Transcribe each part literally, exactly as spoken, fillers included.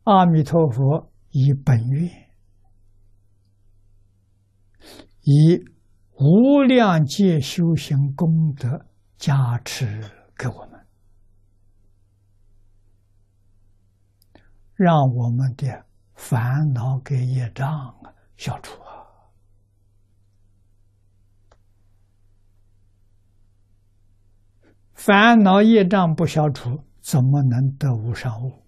阿弥陀佛以本愿，以无量界修行功德加持给我们，让我们的烦恼跟业障消除啊！烦恼业障不消除，怎么能得无上物？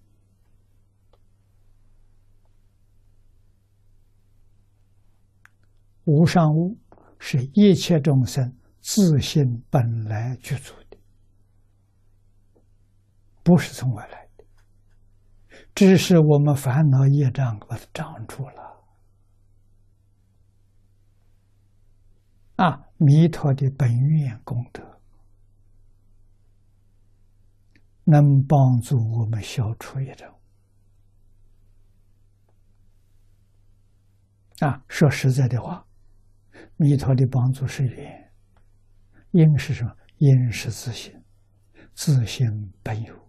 无上物是一切众生自性本来具足的，不是从外来的，只是我们烦恼业障把它障住了。啊，弥陀的本愿功德能帮助我们消除业障。啊，说实在的话，弥陀的帮助是缘，因是什么？因是自性，自性本有。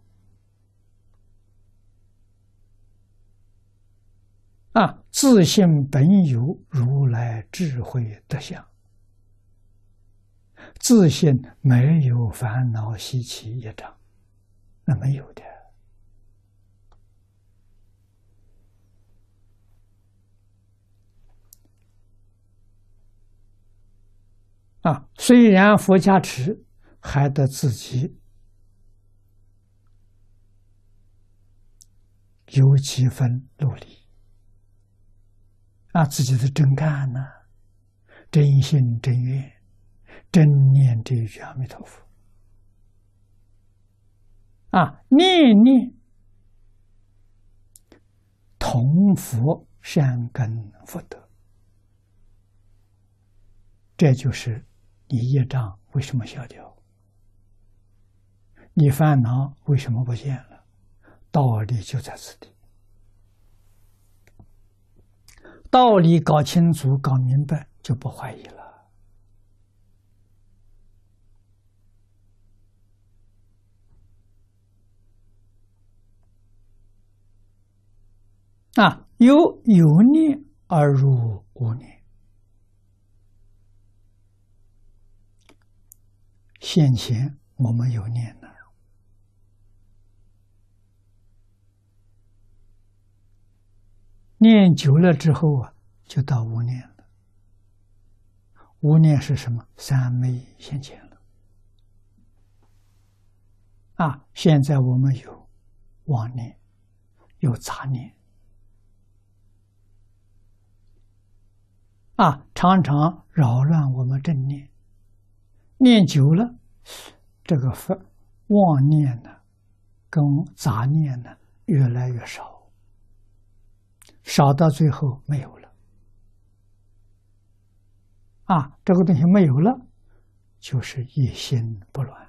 啊，自性本有如来智慧德相，自性没有烦恼习气业障，那没有的。啊，虽然佛加持，还得自己有几分努力。啊，自己的真干呢、啊，真心真愿，真念这一句阿弥陀佛。啊，念念同佛善根福德，这就是你业障为什么消掉，你烦恼为什么不见了？道理就在此地。道理搞清楚、搞明白，就不怀疑了。啊，由有念而入无念。现前我们有念了，念久了之后啊，就到无念了。无念是什么？三昧现前了。啊，现在我们有妄念，有杂念，啊，常常扰乱我们正念。念久了，这个妄念呢，跟杂念呢，越来越少，少到最后没有了。啊，这个东西没有了，就是一心不乱。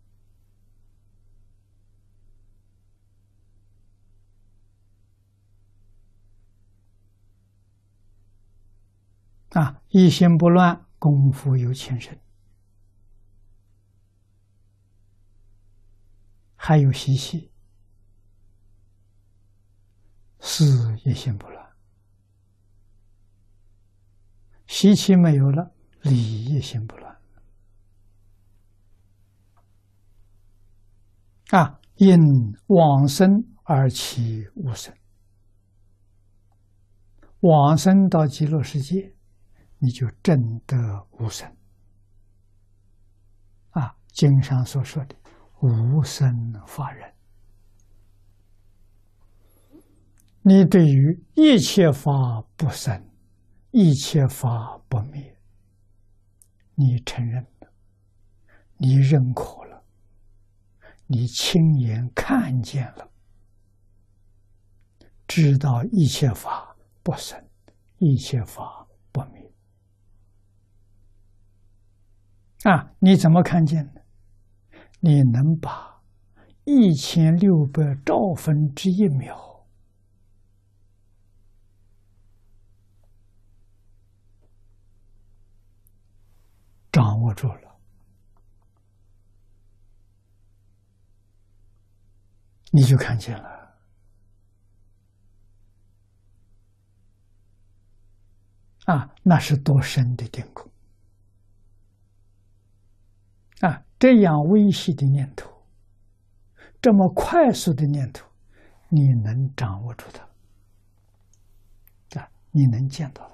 啊，一心不乱，功夫有轻深。还有习气，思一心不乱，习气没有了，理一心不乱。啊，因往生而起无生，往生到极乐世界，你就证得无生。啊，经上所说的无生法忍，你对于一切法不生，一切法不灭，你承认了，你认可了，你亲眼看见了，知道一切法不生，一切法不灭。啊，你怎么看见的？你能把一千六百兆分之一秒掌握住了，你就看见了。 啊，那是多深的定功啊！这样微细的念头，这么快速的念头，你能掌握住它啊？你能见到